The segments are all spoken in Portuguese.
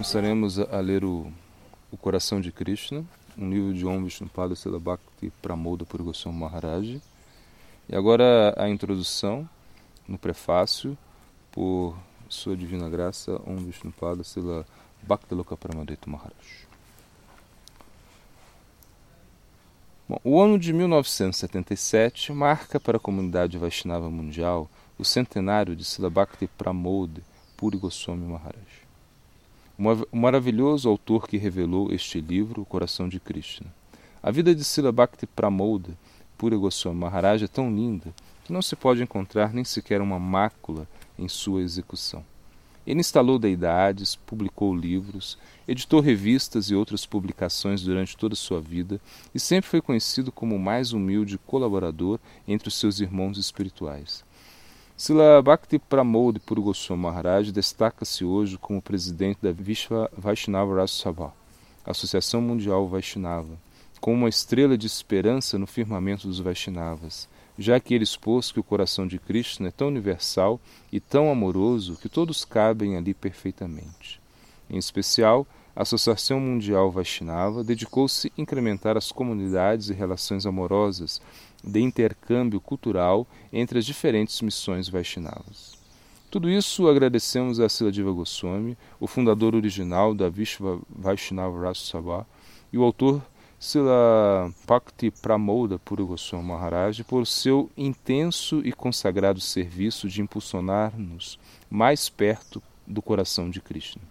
Começaremos a ler o Coração de Krishna, um livro de Om Vishnupada Srila Bhakti Pramoda Puri Goswami Maharaj. E agora a introdução, no prefácio, por Sua Divina Graça, Om Vishnupada Srila Bhaktiloka Pramadeta Maharaj. Bom, o ano de 1977 marca para a comunidade Vaishnava mundial o centenário de Srila Bhakti Pramoda Puri Goswami Maharaj. O maravilhoso autor que revelou este livro, O Coração de Krishna. A vida de Srila Bhakti Pramoda Puri Goswami Maharaj é tão linda que não se pode encontrar nem sequer uma mácula em sua execução. Ele instalou deidades, publicou livros, editou revistas e outras publicações durante toda a sua vida e sempre foi conhecido como o mais humilde colaborador entre os seus irmãos espirituais. Srila Bhakti Pramoda Puri Goswami Maharaj destaca-se hoje como presidente da Vishwa Vaishnava Raj Sabha, Associação Mundial Vaishnava, com uma estrela de esperança no firmamento dos Vaishnavas, já que ele expôs que o coração de Krishna é tão universal e tão amoroso que todos cabem ali perfeitamente. Em especial, a Associação Mundial Vaishnava dedicou-se a incrementar as comunidades e relações amorosas de intercâmbio cultural entre as diferentes missões Vaishnavas. Tudo isso agradecemos a Srila Jiva Goswami, o fundador original da Vishwa Vaishnava Raj Sabha, e o autor Srila Bhakti Pramoda Puri Goswami Maharaj por seu intenso e consagrado serviço de impulsionar-nos mais perto do coração de Krishna.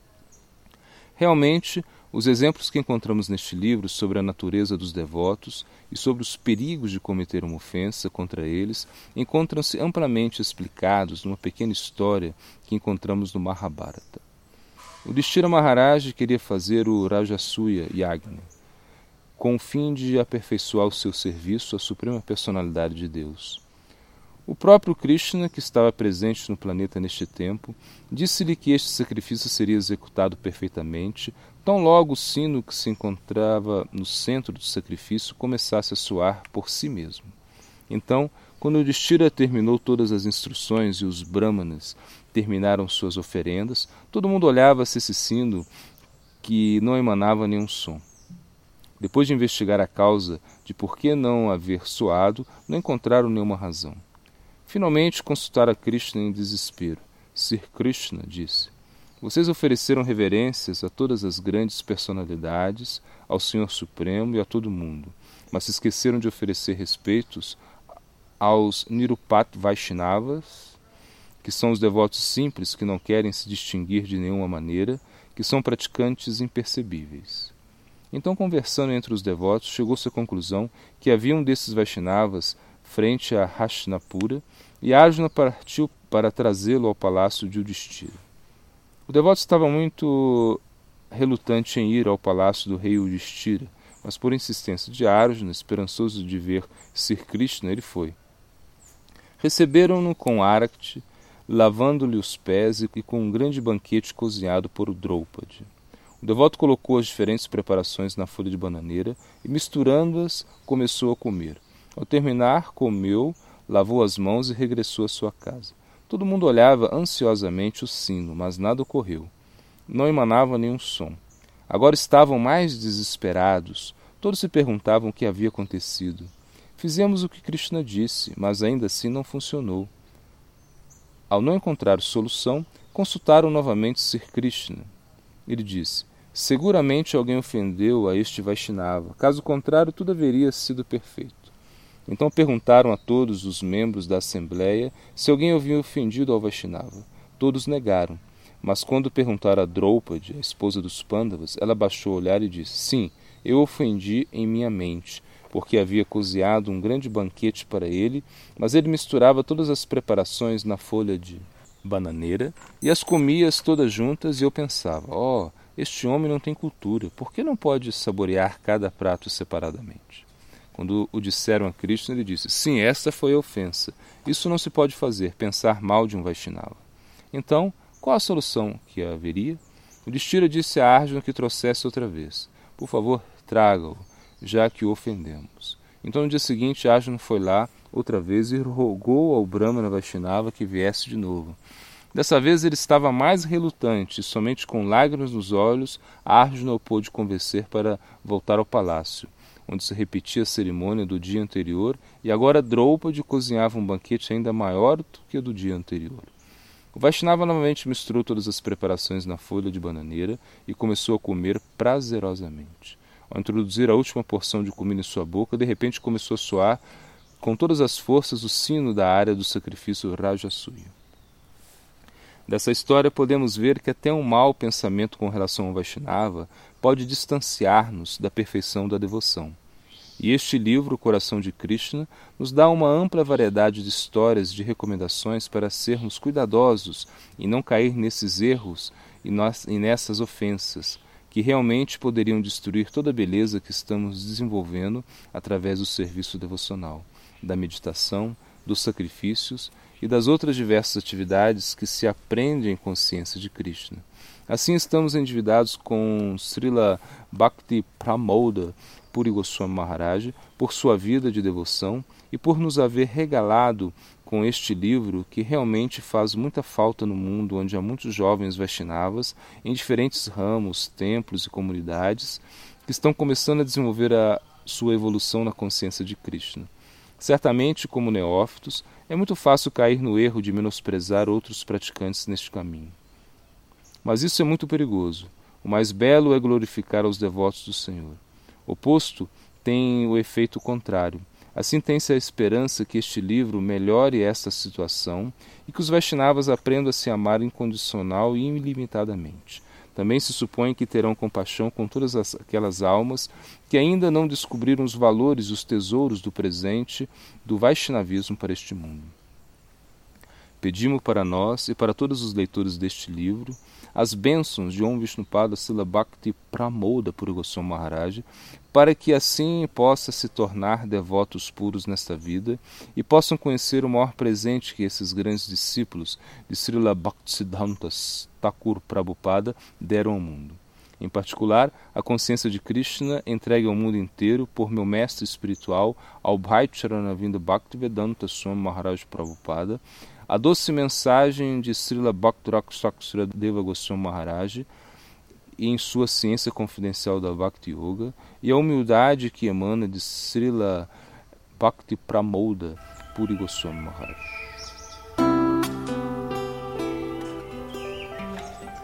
Realmente, os exemplos que encontramos neste livro sobre a natureza dos devotos e sobre os perigos de cometer uma ofensa contra eles encontram-se amplamente explicados numa pequena história que encontramos no Mahabharata. O Yudhishthira Maharaj queria fazer o Rajasuya Yagna, com o fim de aperfeiçoar o seu serviço à Suprema Personalidade de Deus. O próprio Krishna, que estava presente no planeta neste tempo, disse-lhe que este sacrifício seria executado perfeitamente, tão logo o sino que se encontrava no centro do sacrifício começasse a soar por si mesmo. Então, quando Yudhishthira terminou todas as instruções e os brahmanas terminaram suas oferendas, todo mundo olhava-se esse sino que não emanava nenhum som. Depois de investigar a causa de por que não haver soado, não encontraram nenhuma razão. Finalmente consultaram a Krishna em desespero. Sir Krishna disse: vocês ofereceram reverências a todas as grandes personalidades, ao Senhor Supremo e a todo mundo, mas se esqueceram de oferecer respeitos aos Nirupat Vaishnavas, que são os devotos simples que não querem se distinguir de nenhuma maneira, que são praticantes impercebíveis. Então, conversando entre os devotos, chegou-se à conclusão que havia um desses Vaishnavas frente a Hastinapura, e Arjuna partiu para trazê-lo ao palácio de Yudhishthira. O devoto estava muito relutante em ir ao palácio do rei Yudhishthira, mas por insistência de Arjuna, esperançoso de ver Sir Krishna, ele foi. Receberam-no com Arakti, lavando-lhe os pés e com um grande banquete cozinhado por Draupadi. O devoto colocou as diferentes preparações na folha de bananeira e, misturando-as, começou a comer. Ao terminar, comeu, lavou as mãos e regressou à sua casa. Todo mundo olhava ansiosamente o sino, mas nada ocorreu. Não emanava nenhum som. Agora estavam mais desesperados. Todos se perguntavam o que havia acontecido. Fizemos o que Krishna disse, mas ainda assim não funcionou. Ao não encontrar solução, consultaram novamente Sir Krishna. Ele disse: seguramente alguém ofendeu a este Vaishnava. Caso contrário, tudo haveria sido perfeito. Então perguntaram a todos os membros da Assembleia se alguém havia ofendido ao Vaishnava. Todos negaram, mas quando perguntaram a Draupadi, a esposa dos Pandavas, ela baixou o olhar e disse: sim, eu ofendi em minha mente, porque havia cozinhado um grande banquete para ele, mas ele misturava todas as preparações na folha de bananeira e as comia todas juntas, e eu pensava: este homem não tem cultura, por que não pode saborear cada prato separadamente? Quando o disseram a Krishna, ele disse: sim, esta foi a ofensa. Isso não se pode fazer, pensar mal de um Vaishnava. Então, qual a solução que haveria? O Yudhishthira disse a Arjuna que trouxesse outra vez. Por favor, traga-o, já que o ofendemos. Então, no dia seguinte, Arjuna foi lá outra vez e rogou ao Brahmana Vaishnava que viesse de novo. Dessa vez ele estava mais relutante, e somente com lágrimas nos olhos, Arjuna o pôde convencer para voltar ao palácio, onde se repetia a cerimônia do dia anterior, e agora Draupadi cozinhava um banquete ainda maior do que o do dia anterior. O Vaishnava novamente misturou todas as preparações na folha de bananeira e começou a comer prazerosamente. Ao introduzir a última porção de comida em sua boca, de repente começou a soar com todas as forças o sino da área do sacrifício Rajasuya. Dessa história podemos ver que até um mau pensamento com relação ao Vaishnava pode distanciar-nos da perfeição da devoção. E este livro, O Coração de Krishna, nos dá uma ampla variedade de histórias e de recomendações para sermos cuidadosos e não cair nesses erros e nessas ofensas, que realmente poderiam destruir toda a beleza que estamos desenvolvendo através do serviço devocional, da meditação, dos sacrifícios e das outras diversas atividades que se aprendem em consciência de Krishna. Assim estamos endividados com Srila Bhakti Pramodha Puri Goswami Maharaj por sua vida de devoção e por nos haver regalado com este livro que realmente faz muita falta no mundo onde há muitos jovens Vaishnavas em diferentes ramos, templos e comunidades que estão começando a desenvolver a sua evolução na consciência de Krishna. Certamente, como neófitos, é muito fácil cair no erro de menosprezar outros praticantes neste caminho. Mas isso é muito perigoso. O mais belo é glorificar aos devotos do Senhor. O oposto tem o efeito contrário. Assim tem-se a esperança que este livro melhore esta situação e que os Vaishnavas aprendam a se amar incondicional e ilimitadamente. Também se supõe que terão compaixão com todas aquelas almas que ainda não descobriram os valores e os tesouros do presente do Vaishnavismo para este mundo. Pedimos para nós e para todos os leitores deste livro as bênçãos de Om Vishnupada Srila Bhakti Pramodha Puri Goswami Maharaj, para que assim possa se tornar devotos puros nesta vida e possam conhecer o maior presente que esses grandes discípulos de Srila Bhaktisiddhanta Thakur Prabhupada deram ao mundo. Em particular, a consciência de Krishna entregue ao mundo inteiro por meu mestre espiritual, Albhai Charanavinda Bhaktivedanta Swami Maharaj Prabhupada, a doce mensagem de Srila Bhakti Deva Goswami Maharaj e em sua ciência confidencial da Bhakti Yoga e a humildade que emana de Srila Bhakti Pramodha Puri Goswami Maharaj.